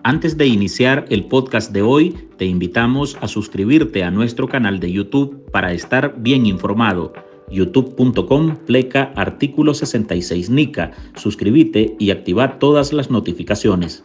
Antes de iniciar el podcast de hoy, te invitamos a suscribirte a nuestro canal de YouTube para estar bien informado. youtube.com/artículo 66 NICA. Suscríbete y activa todas las notificaciones.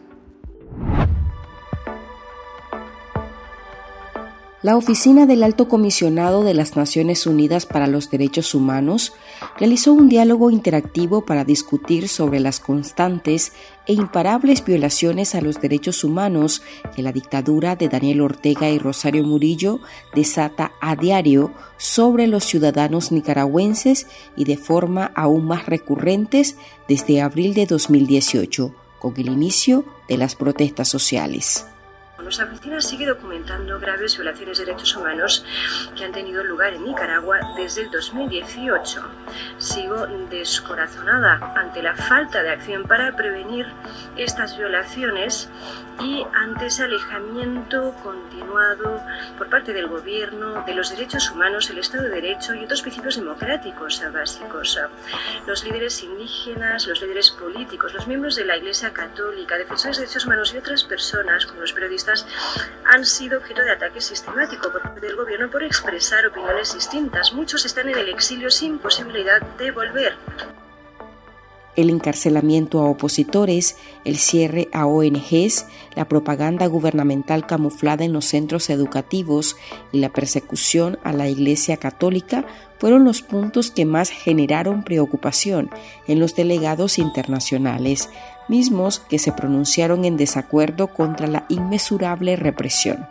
La Oficina del Alto Comisionado de las Naciones Unidas para los Derechos Humanos realizó un diálogo interactivo para discutir sobre las constantes e imparables violaciones a los derechos humanos que la dictadura de Daniel Ortega y Rosario Murillo desata a diario sobre los ciudadanos nicaragüenses y de forma aún más recurrentes desde abril de 2018, con el inicio de las protestas sociales. Nuestra oficina sigue documentando graves violaciones de derechos humanos que han tenido lugar en Nicaragua desde el 2018. Sigo descorazonada ante la falta de acción para prevenir estas violaciones y ante ese alejamiento continuado por parte del gobierno de los derechos humanos, el Estado de Derecho y otros principios democráticos básicos. Los líderes indígenas, los líderes políticos, los miembros de la Iglesia Católica, defensores de derechos humanos y otras personas, como los periodistas, han sido objeto de ataque sistemático por parte del gobierno por expresar opiniones distintas. Muchos están en el exilio sin posibilidad de volver. El encarcelamiento a opositores, el cierre a ONGs, la propaganda gubernamental camuflada en los centros educativos y la persecución a la Iglesia Católica fueron los puntos que más generaron preocupación en los delegados internacionales, mismos que se pronunciaron en desacuerdo contra la inmesurable represión.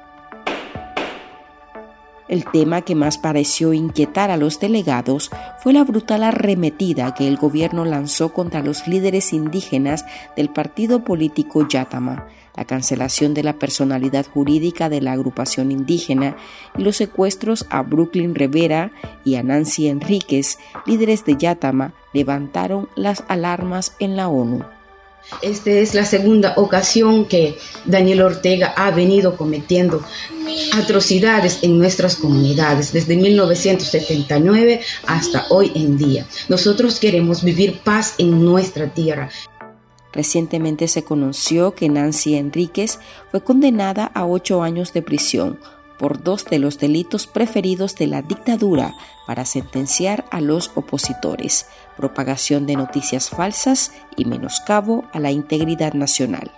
El tema que más pareció inquietar a los delegados fue la brutal arremetida que el gobierno lanzó contra los líderes indígenas del partido político Yatama, la cancelación de la personalidad jurídica de la agrupación indígena y los secuestros a Brooklyn Rivera y a Nancy Enríquez, líderes de Yatama, levantaron las alarmas en la ONU. Esta es la segunda ocasión que Daniel Ortega ha venido cometiendo atrocidades en nuestras comunidades, desde 1979 hasta hoy en día. Nosotros queremos vivir paz en nuestra tierra. Recientemente se conoció que Nancy Enríquez fue condenada a 8 años de prisión por 2 de los delitos preferidos de la dictadura para sentenciar a los opositores: propagación de noticias falsas y menoscabo a la integridad nacional.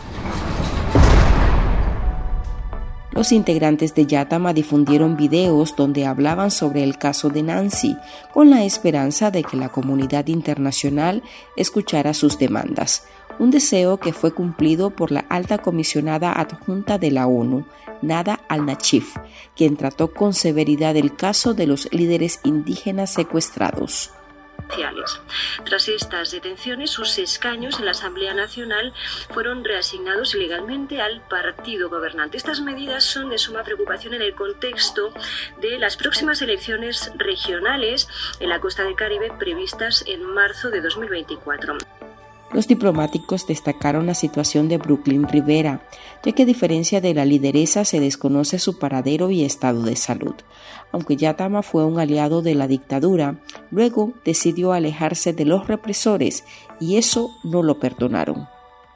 Los integrantes de Yatama difundieron videos donde hablaban sobre el caso de Nancy, con la esperanza de que la comunidad internacional escuchara sus demandas, un deseo que fue cumplido por la alta comisionada adjunta de la ONU, Nada al-Nachif, quien trató con severidad el caso de los líderes indígenas secuestrados. Tras estas detenciones, sus escaños en la Asamblea Nacional fueron reasignados ilegalmente al partido gobernante. Estas medidas son de suma preocupación en el contexto de las próximas elecciones regionales en la costa del Caribe previstas en marzo de 2024. Los diplomáticos destacaron la situación de Brooklyn Rivera, ya que a diferencia de la lideresa se desconoce su paradero y estado de salud. Aunque Yatama fue un aliado de la dictadura, luego decidió alejarse de los represores y eso no lo perdonaron.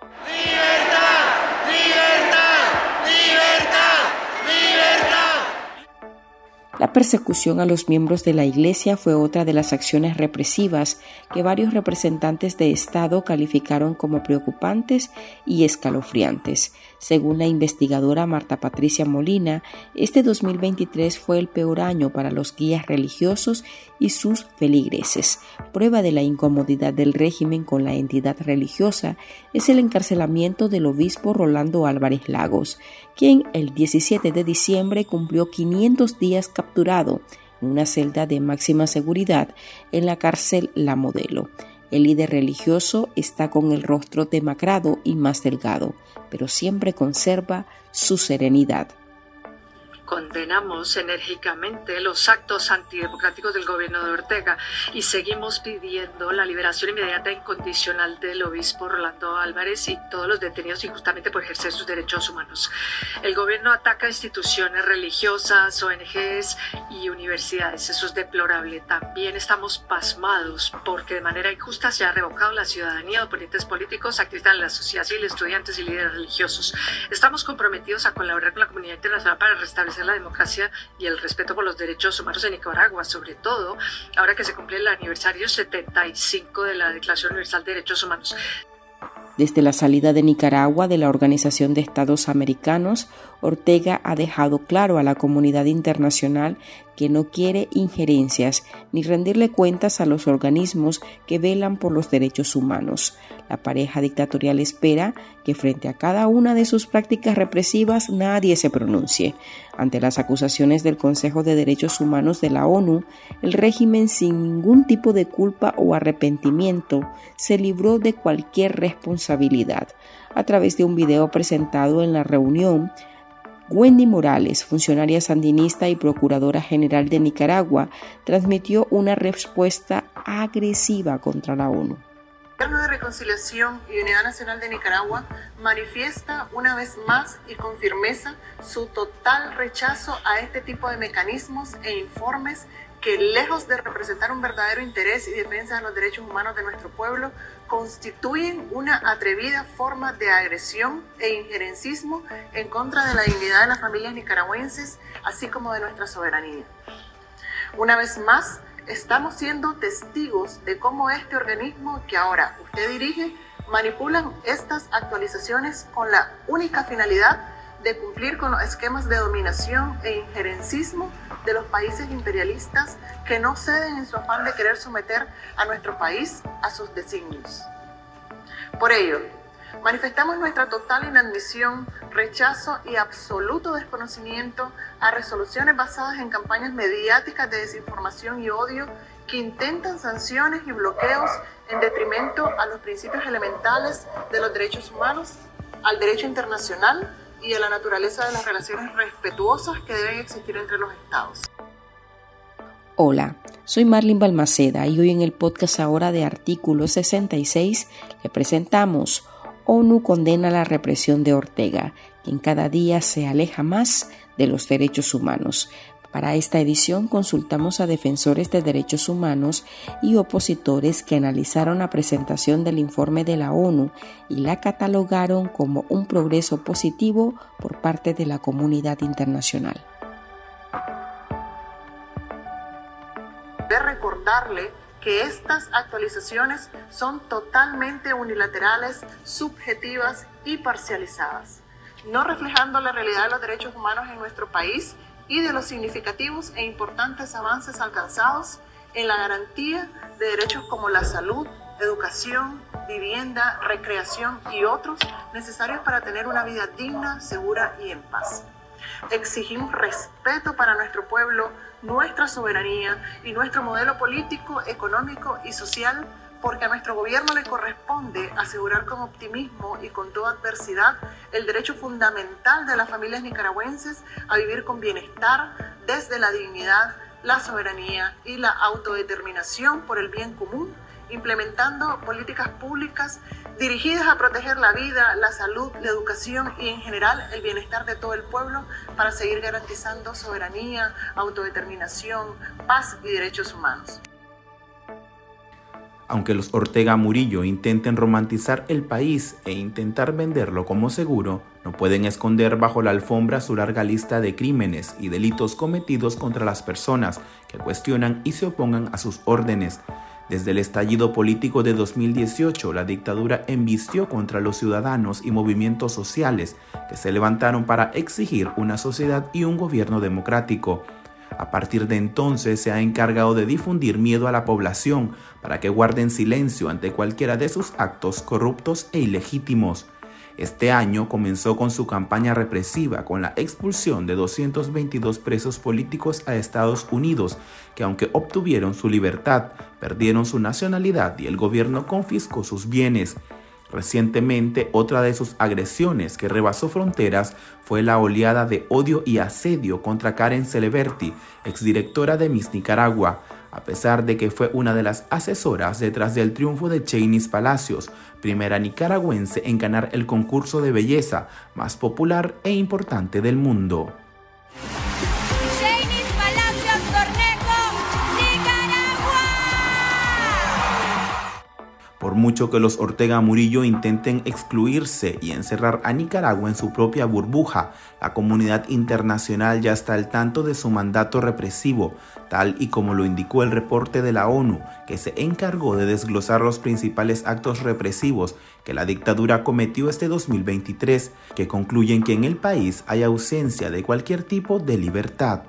La persecución a los miembros de la Iglesia fue otra de las acciones represivas que varios representantes de Estado calificaron como preocupantes y escalofriantes. Según la investigadora Marta Patricia Molina, este 2023 fue el peor año para los guías religiosos y sus feligreses. Prueba de la incomodidad del régimen con la entidad religiosa es el encarcelamiento del obispo Rolando Álvarez Lagos, quien el 17 de diciembre cumplió 500 días capturado en una celda de máxima seguridad en la cárcel La Modelo. El líder religioso está con el rostro demacrado y más delgado, pero siempre conserva su serenidad. Condenamos enérgicamente los actos antidemocráticos del gobierno de Ortega y seguimos pidiendo la liberación inmediata e incondicional del obispo Rolando Álvarez y todos los detenidos injustamente por ejercer sus derechos humanos. El gobierno ataca instituciones religiosas, ONGs y universidades. Eso es deplorable. También estamos pasmados porque de manera injusta se ha revocado la ciudadanía de oponentes políticos, activistas de la sociedad civil, estudiantes y líderes religiosos. Estamos comprometidos a colaborar con la comunidad internacional para restablecer la democracia y el respeto por los derechos humanos en Nicaragua, sobre todo ahora que se cumple el aniversario 75 de la Declaración Universal de Derechos Humanos. Desde la salida de Nicaragua de la Organización de Estados Americanos, Ortega ha dejado claro a la comunidad internacional que no quiere injerencias ni rendirle cuentas a los organismos que velan por los derechos humanos. La pareja dictatorial espera que frente a cada una de sus prácticas represivas nadie se pronuncie. Ante las acusaciones del Consejo de Derechos Humanos de la ONU, el régimen sin ningún tipo de culpa o arrepentimiento se libró de cualquier responsabilidad. A través de un video presentado en la reunión, Wendy Morales, funcionaria sandinista y procuradora general de Nicaragua, transmitió una respuesta agresiva contra la ONU. El Gobierno de Reconciliación y Unidad Nacional de Nicaragua manifiesta una vez más y con firmeza su total rechazo a este tipo de mecanismos e informes que, lejos de representar un verdadero interés y defensa de los derechos humanos de nuestro pueblo, constituyen una atrevida forma de agresión e injerencismo en contra de la dignidad de las familias nicaragüenses, así como de nuestra soberanía. Una vez más, estamos siendo testigos de cómo este organismo que ahora usted dirige manipulan estas actualizaciones con la única finalidad de cumplir con los esquemas de dominación e injerencismo de los países imperialistas que no ceden en su afán de querer someter a nuestro país a sus designios. Por ello, manifestamos nuestra total inadmisión, rechazo y absoluto desconocimiento a resoluciones basadas en campañas mediáticas de desinformación y odio que intentan sanciones y bloqueos en detrimento a los principios elementales de los derechos humanos, al derecho internacional y a la naturaleza de las relaciones respetuosas que deben existir entre los estados. Hola, soy Marlene Balmaceda y hoy en el podcast ahora de Artículo 66 le presentamos ONU condena la represión de Ortega, quien cada día se aleja más de los derechos humanos. Para esta edición consultamos a defensores de derechos humanos y opositores que analizaron la presentación del informe de la ONU y la catalogaron como un progreso positivo por parte de la comunidad internacional. De recordarle que estas actualizaciones son totalmente unilaterales, subjetivas y parcializadas, no reflejando la realidad de los derechos humanos en nuestro país y de los significativos e importantes avances alcanzados en la garantía de derechos como la salud, educación, vivienda, recreación y otros necesarios para tener una vida digna, segura y en paz. Exigimos respeto para nuestro pueblo, nuestra soberanía y nuestro modelo político, económico y social, porque a nuestro gobierno le corresponde asegurar con optimismo y con toda adversidad el derecho fundamental de las familias nicaragüenses a vivir con bienestar desde la dignidad, la soberanía y la autodeterminación por el bien común, implementando políticas públicas dirigidas a proteger la vida, la salud, la educación y en general el bienestar de todo el pueblo para seguir garantizando soberanía, autodeterminación, paz y derechos humanos. Aunque los Ortega Murillo intenten romantizar el país e intentar venderlo como seguro, no pueden esconder bajo la alfombra su larga lista de crímenes y delitos cometidos contra las personas que cuestionan y se opongan a sus órdenes. Desde el estallido político de 2018, la dictadura embistió contra los ciudadanos y movimientos sociales que se levantaron para exigir una sociedad y un gobierno democrático. A partir de entonces se ha encargado de difundir miedo a la población para que guarden silencio ante cualquiera de sus actos corruptos e ilegítimos. Este año comenzó con su campaña represiva con la expulsión de 222 presos políticos a Estados Unidos, que aunque obtuvieron su libertad, perdieron su nacionalidad y el gobierno confiscó sus bienes. Recientemente, otra de sus agresiones que rebasó fronteras fue la oleada de odio y asedio contra Karen Celeberti, exdirectora de Miss Nicaragua, a pesar de que fue una de las asesoras detrás del triunfo de Chainis Palacios, primera nicaragüense en ganar el concurso de belleza más popular e importante del mundo. Por mucho que los Ortega Murillo intenten excluirse y encerrar a Nicaragua en su propia burbuja, la comunidad internacional ya está al tanto de su mandato represivo, tal y como lo indicó el reporte de la ONU, que se encargó de desglosar los principales actos represivos que la dictadura cometió este 2023, que concluyen que en el país hay ausencia de cualquier tipo de libertad.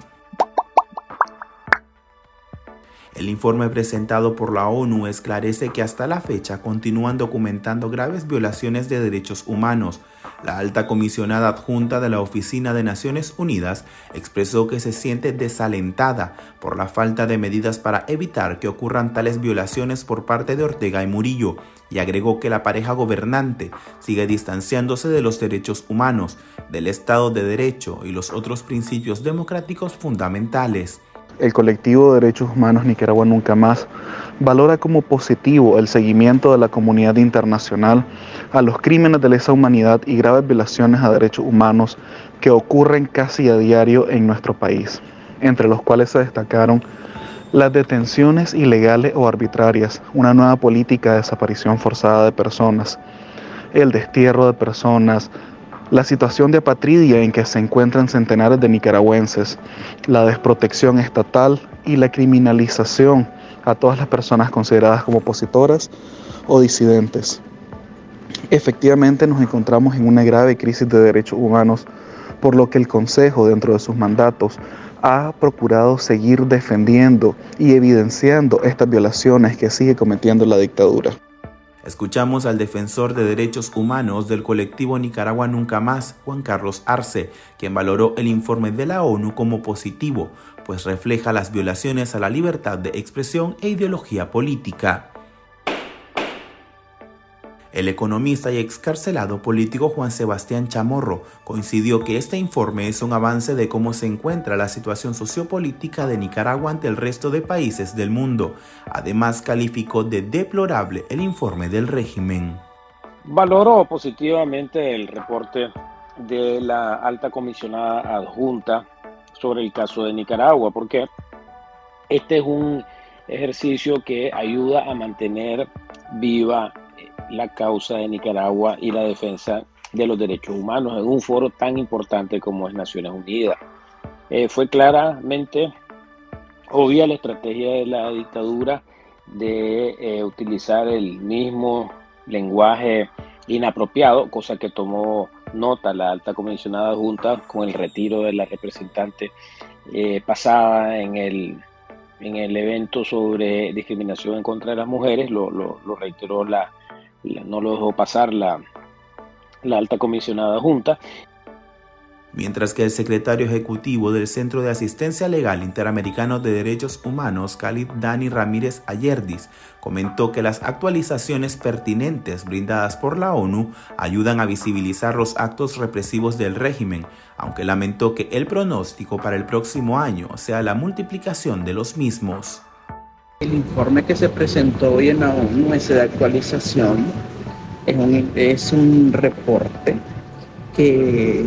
El informe presentado por la ONU esclarece que hasta la fecha continúan documentando graves violaciones de derechos humanos. La alta comisionada adjunta de la Oficina de Naciones Unidas expresó que se siente desalentada por la falta de medidas para evitar que ocurran tales violaciones por parte de Ortega y Murillo, y agregó que la pareja gobernante sigue distanciándose de los derechos humanos, del Estado de Derecho y los otros principios democráticos fundamentales. El colectivo de derechos humanos Nicaragua Nunca Más valora como positivo el seguimiento de la comunidad internacional a los crímenes de lesa humanidad y graves violaciones a derechos humanos que ocurren casi a diario en nuestro país, entre los cuales se destacaron las detenciones ilegales o arbitrarias, una nueva política de desaparición forzada de personas, el destierro de personas, la situación de apatridia en que se encuentran centenares de nicaragüenses, la desprotección estatal y la criminalización a todas las personas consideradas como opositoras o disidentes. Efectivamente nos encontramos en una grave crisis de derechos humanos, por lo que el Consejo, dentro de sus mandatos, ha procurado seguir defendiendo y evidenciando estas violaciones que sigue cometiendo la dictadura. Escuchamos al defensor de derechos humanos del colectivo Nicaragua Nunca Más, Juan Carlos Arce, quien valoró el informe de la ONU como positivo, pues refleja las violaciones a la libertad de expresión e ideología política. El economista y excarcelado político Juan Sebastián Chamorro coincidió que este informe es un avance de cómo se encuentra la situación sociopolítica de Nicaragua ante el resto de países del mundo. Además, calificó de deplorable el informe del régimen. Valoro positivamente el reporte de la alta comisionada adjunta sobre el caso de Nicaragua, porque este es un ejercicio que ayuda a mantener viva la causa de Nicaragua y la defensa de los derechos humanos en un foro tan importante como es Naciones Unidas. Fue claramente obvia la estrategia de la dictadura de utilizar el mismo lenguaje inapropiado, cosa que tomó nota la alta comisionada adjunta con el retiro de la representante pasada en el evento sobre discriminación en contra de las mujeres. Lo reiteró no lo dejó pasar la alta comisionada adjunta. Mientras que el secretario ejecutivo del Centro de Asistencia Legal Interamericano de Derechos Humanos, Khalid Dani Ramírez Ayerdis, comentó que las actualizaciones pertinentes brindadas por la ONU ayudan a visibilizar los actos represivos del régimen, aunque lamentó que el pronóstico para el próximo año sea la multiplicación de los mismos. El informe que se presentó hoy en la ONU, ese de actualización, es un reporte que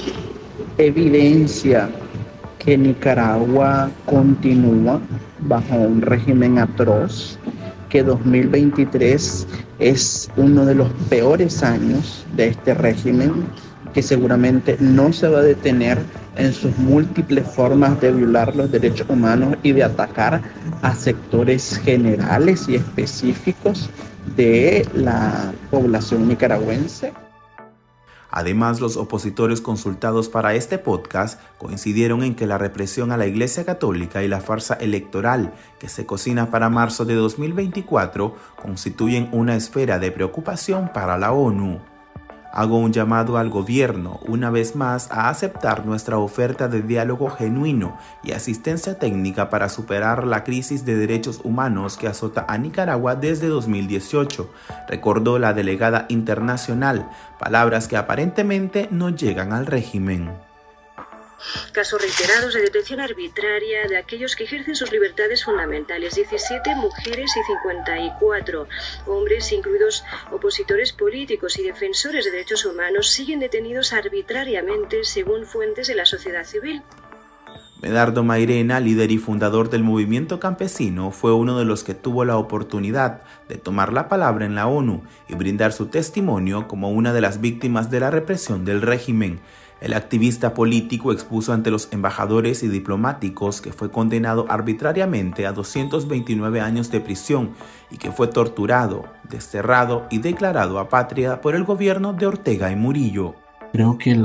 evidencia que Nicaragua continúa bajo un régimen atroz, que 2023 es uno de los peores años de este régimen, que seguramente no se va a detener en sus múltiples formas de violar los derechos humanos y de atacar a sectores generales y específicos de la población nicaragüense. Además, los opositores consultados para este podcast coincidieron en que la represión a la Iglesia Católica y la farsa electoral que se cocina para marzo de 2024 constituyen una esfera de preocupación para la ONU. Hago un llamado al gobierno, una vez más, a aceptar nuestra oferta de diálogo genuino y asistencia técnica para superar la crisis de derechos humanos que azota a Nicaragua desde 2018, recordó la delegada internacional, palabras que aparentemente no llegan al régimen. Casos reiterados de detención arbitraria de aquellos que ejercen sus libertades fundamentales. 17 mujeres y 54 hombres, incluidos opositores políticos y defensores de derechos humanos, siguen detenidos arbitrariamente según fuentes de la sociedad civil. Medardo Mairena, líder y fundador del movimiento campesino, fue uno de los que tuvo la oportunidad de tomar la palabra en la ONU y brindar su testimonio como una de las víctimas de la represión del régimen. El activista político expuso ante los embajadores y diplomáticos que fue condenado arbitrariamente a 229 años de prisión y que fue torturado, desterrado y declarado apátrida por el gobierno de Ortega y Murillo. Creo que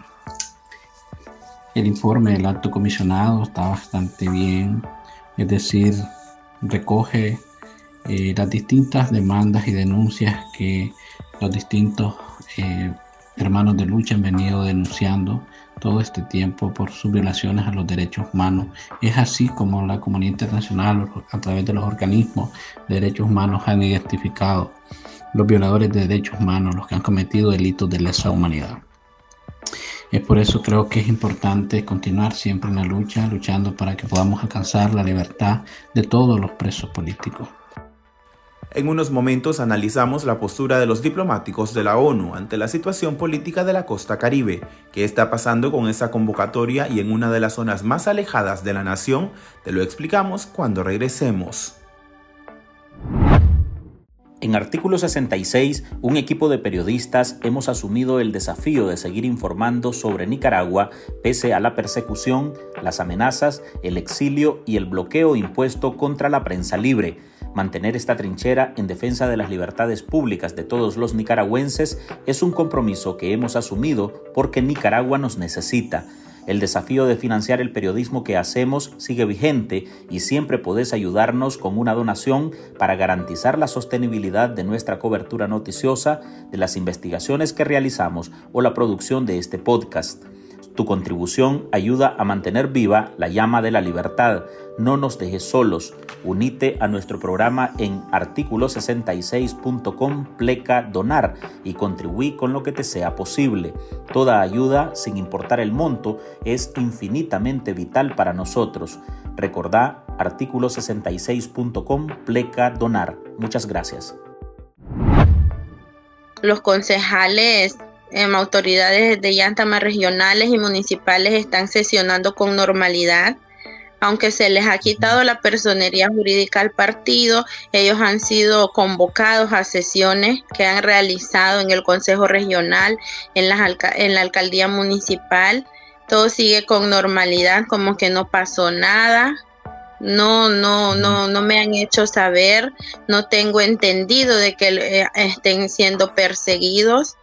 el informe del alto comisionado está bastante bien, es decir, recoge las distintas demandas y denuncias que los distintos hermanos de lucha han venido denunciando todo este tiempo por sus violaciones a los derechos humanos. Es así como la comunidad internacional, a través de los organismos de derechos humanos, han identificado los violadores de derechos humanos, los que han cometido delitos de lesa humanidad. Es por eso creo que es importante continuar siempre en la lucha, luchando para que podamos alcanzar la libertad de todos los presos políticos. En unos momentos analizamos la postura de los diplomáticos de la ONU ante la situación política de la costa Caribe. ¿Qué está pasando con esa convocatoria y en una de las zonas más alejadas de la nación? Te lo explicamos cuando regresemos. En Artículo 66, un equipo de periodistas hemos asumido el desafío de seguir informando sobre Nicaragua pese a la persecución, las amenazas, el exilio y el bloqueo impuesto contra la prensa libre. Mantener esta trinchera en defensa de las libertades públicas de todos los nicaragüenses es un compromiso que hemos asumido porque Nicaragua nos necesita. El desafío de financiar el periodismo que hacemos sigue vigente y siempre podés ayudarnos con una donación para garantizar la sostenibilidad de nuestra cobertura noticiosa, de las investigaciones que realizamos o la producción de este podcast. Tu contribución ayuda a mantener viva la llama de la libertad. No nos dejes solos. Unite a nuestro programa en articulo66.com/donar y contribuí con lo que te sea posible. Toda ayuda, sin importar el monto, es infinitamente vital para nosotros. Recordá articulo66.com/donar. Muchas gracias. Los concejales autoridades de Llantama regionales y municipales están sesionando con normalidad. Aunque se les ha quitado la personería jurídica al partido, ellos han sido convocados a sesiones que han realizado en el Consejo Regional, en la Alcaldía Municipal. Todo sigue con normalidad, como que no pasó nada. No me han hecho saber, no tengo entendido de que estén siendo perseguidos.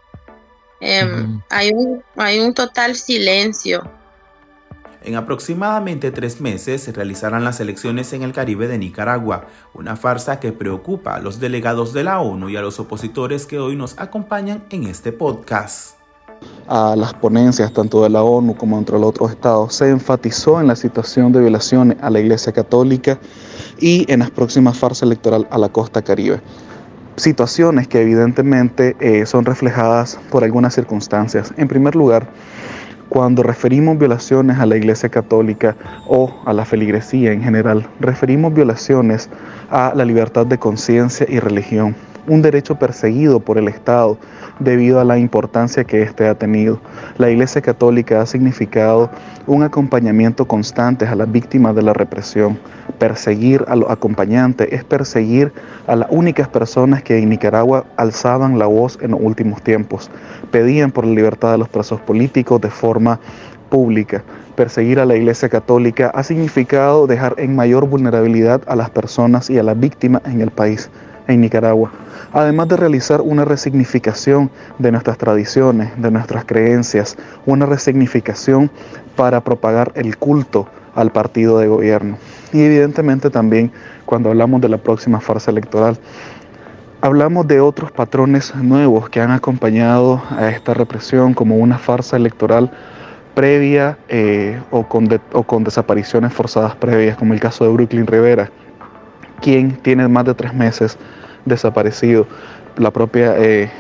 Hay un total silencio. En aproximadamente 3 meses se realizarán las elecciones en el Caribe de Nicaragua, una farsa que preocupa a los delegados de la ONU y a los opositores que hoy nos acompañan en este podcast. A las ponencias tanto de la ONU como entre los otros estados se enfatizó en la situación de violaciones a la Iglesia Católica y en las próximas farsas electorales a la costa Caribe. Situaciones que evidentemente son reflejadas por algunas circunstancias. En primer lugar, cuando referimos violaciones a la Iglesia Católica o a la feligresía en general, referimos violaciones a la libertad de conciencia y religión, un derecho perseguido por el Estado debido a la importancia que éste ha tenido. La Iglesia Católica ha significado un acompañamiento constante a las víctimas de la represión. Perseguir a los acompañantes es perseguir a las únicas personas que en Nicaragua alzaban la voz en los últimos tiempos, pedían por la libertad de los presos políticos de forma pública. Perseguir a la Iglesia Católica ha significado dejar en mayor vulnerabilidad a las personas y a las víctimas en el país, en Nicaragua. Además de realizar una resignificación de nuestras tradiciones, de nuestras creencias, una resignificación para propagar el culto al partido de gobierno. Y evidentemente también cuando hablamos de la próxima farsa electoral, Hablamos de otros patrones nuevos que han acompañado a esta represión, como una farsa electoral previa o con desapariciones forzadas previas, como el caso de Brooklyn Rivera, quien tiene más de 3 meses desaparecido. La propia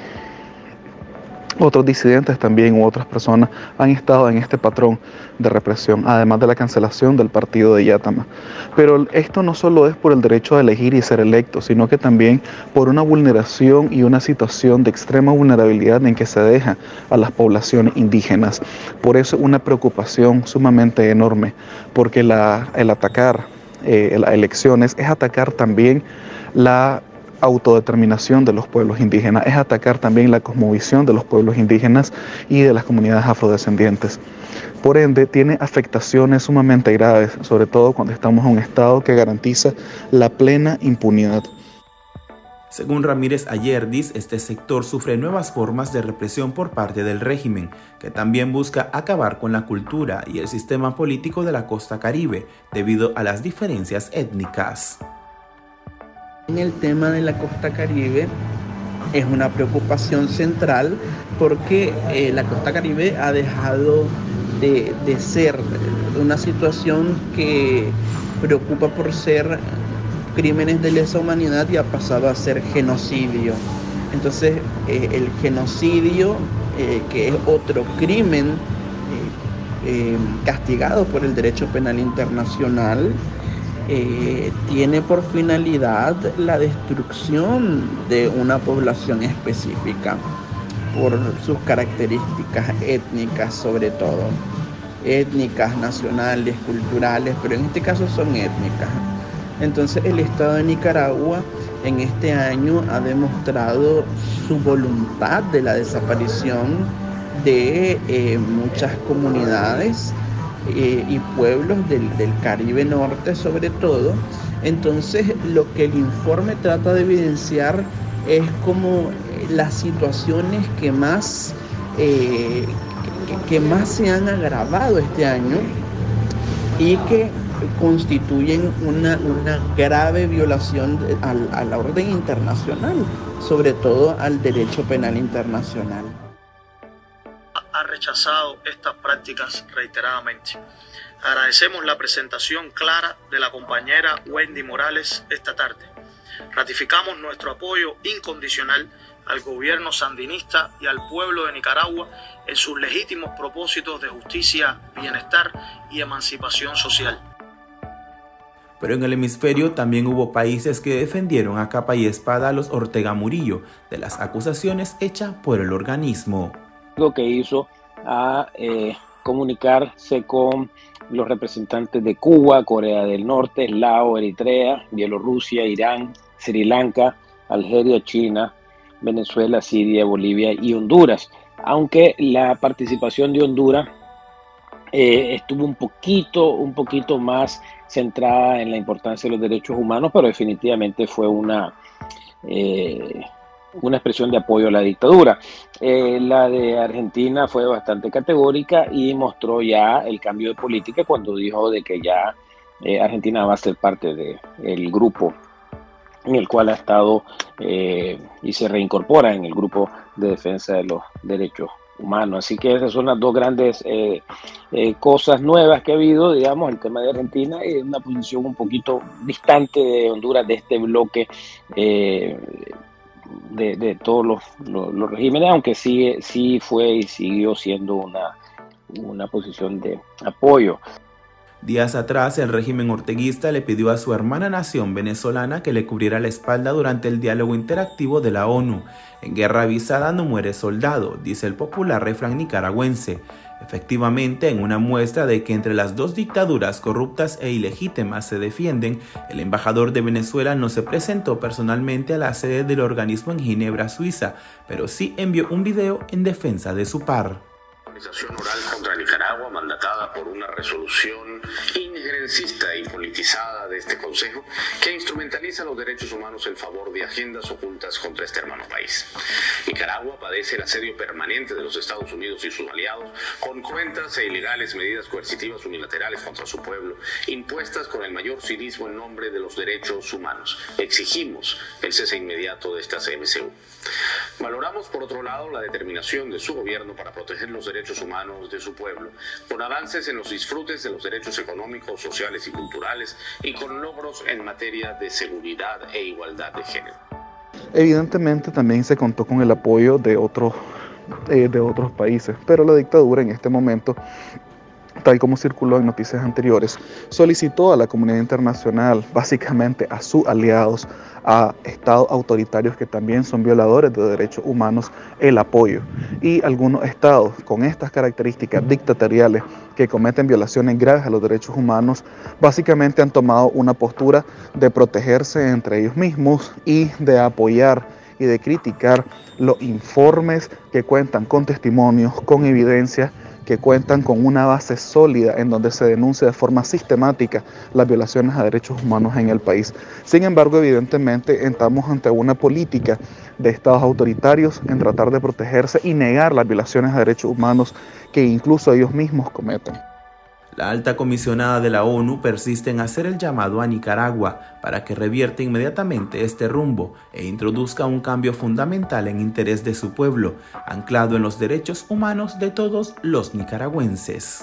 otros disidentes también u otras personas han estado en este patrón de represión, además de la cancelación del partido de Yatama. Pero esto no solo es por el derecho a elegir y ser electo, sino que también por una vulneración y una situación de extrema vulnerabilidad en que se deja a las poblaciones indígenas. Por eso una preocupación sumamente enorme, porque el atacar las elecciones es atacar también la autodeterminación de los pueblos indígenas, es atacar también la cosmovisión de los pueblos indígenas y de las comunidades afrodescendientes. Por ende, tiene afectaciones sumamente graves, sobre todo cuando estamos en un Estado que garantiza la plena impunidad. Según Ramírez Ayerdis, este sector sufre nuevas formas de represión por parte del régimen, que también busca acabar con la cultura y el sistema político de la costa caribe, debido a las diferencias étnicas. En el tema de la costa caribe es una preocupación central porque la costa caribe ha dejado de ser una situación que preocupa por ser crímenes de lesa humanidad y ha pasado a ser genocidio. Entonces el genocidio, que es otro crimen castigado por el derecho penal internacional, tiene por finalidad la destrucción de una población específica por sus características étnicas, sobre todo étnicas, nacionales, culturales, pero en este caso son étnicas. Entonces el Estado de Nicaragua en este año ha demostrado su voluntad de la desaparición de muchas comunidades y pueblos del Caribe Norte sobre todo. Entonces lo que el informe trata de evidenciar es como las situaciones que más se han agravado este año y que constituyen una grave violación a la orden internacional, sobre todo al derecho penal internacional. Ha rechazado estas prácticas reiteradamente. Agradecemos la presentación clara de la compañera Wendy Morales esta tarde. Ratificamos nuestro apoyo incondicional al gobierno sandinista y al pueblo de Nicaragua en sus legítimos propósitos de justicia, bienestar y emancipación social. Pero en el hemisferio también hubo países que defendieron a capa y espada a los Ortega Murillo de las acusaciones hechas por el organismo. Lo que hizo a comunicarse con los representantes de Cuba, Corea del Norte, Laos, Eritrea, Bielorrusia, Irán, Sri Lanka, Algeria, China, Venezuela, Siria, Bolivia y Honduras. Aunque la participación de Honduras estuvo un poquito más centrada en la importancia de los derechos humanos, pero definitivamente fue una expresión de apoyo a la dictadura. La de Argentina fue bastante categórica y mostró ya el cambio de política cuando dijo de que ya Argentina va a ser parte del grupo en el cual ha estado y se reincorpora en el grupo de defensa de los derechos humanos. Así que esas son las dos grandes cosas nuevas que ha habido, digamos, el tema de Argentina y una posición un poquito distante de Honduras, de este bloque de todos los regímenes, aunque sí fue y siguió siendo una posición de apoyo. Días atrás, el régimen orteguista le pidió a su hermana nación venezolana que le cubriera la espalda durante el diálogo interactivo de la ONU. En guerra avisada no muere soldado, dice el popular refrán nicaragüense. Efectivamente, en una muestra de que entre las dos dictaduras corruptas e ilegítimas se defienden, el embajador de Venezuela no se presentó personalmente a la sede del organismo en Ginebra, Suiza, pero sí envió un video en defensa de su par. Organización oral contra Nicaragua, mandatada por una resolución injerencista y politizada de este Consejo que instrumentaliza los derechos humanos en favor de agendas ocultas contra este hermano país. Nicaragua padece el asedio permanente de los Estados Unidos y sus aliados con cruentas e ilegales medidas coercitivas unilaterales contra su pueblo, impuestas con el mayor cinismo en nombre de los derechos humanos. Exigimos el cese inmediato de estas MCU. Valoramos, por otro lado, la determinación de su gobierno para proteger los derechos humanos de su pueblo, con avances en los disfrutes de los derechos económicos, sociales y culturales, y con logros en materia de seguridad e igualdad de género. Evidentemente también se contó con el apoyo de otros países, pero la dictadura en este momento, tal como circuló en noticias anteriores, solicitó a la comunidad internacional, básicamente a sus aliados, a estados autoritarios que también son violadores de derechos humanos, el apoyo. Y algunos estados con estas características dictatoriales que cometen violaciones graves a los derechos humanos, básicamente han tomado una postura de protegerse entre ellos mismos y de apoyar y de criticar los informes que cuentan con testimonios, con evidencias, que cuentan con una base sólida en donde se denuncia de forma sistemática las violaciones a derechos humanos en el país. Sin embargo, evidentemente, estamos ante una política de estados autoritarios en tratar de protegerse y negar las violaciones a derechos humanos que incluso ellos mismos cometen. La alta comisionada de la ONU persiste en hacer el llamado a Nicaragua para que revierta inmediatamente este rumbo e introduzca un cambio fundamental en interés de su pueblo, anclado en los derechos humanos de todos los nicaragüenses.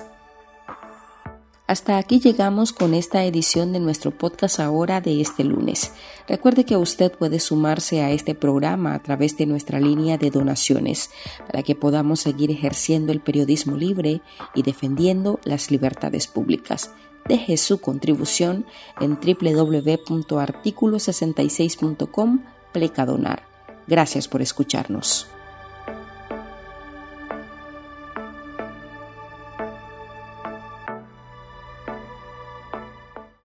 Hasta aquí llegamos con esta edición de nuestro podcast ahora de este lunes. Recuerde que usted puede sumarse a este programa a través de nuestra línea de donaciones para que podamos seguir ejerciendo el periodismo libre y defendiendo las libertades públicas. Deje su contribución en www.articulo66.com/donar. Gracias por escucharnos.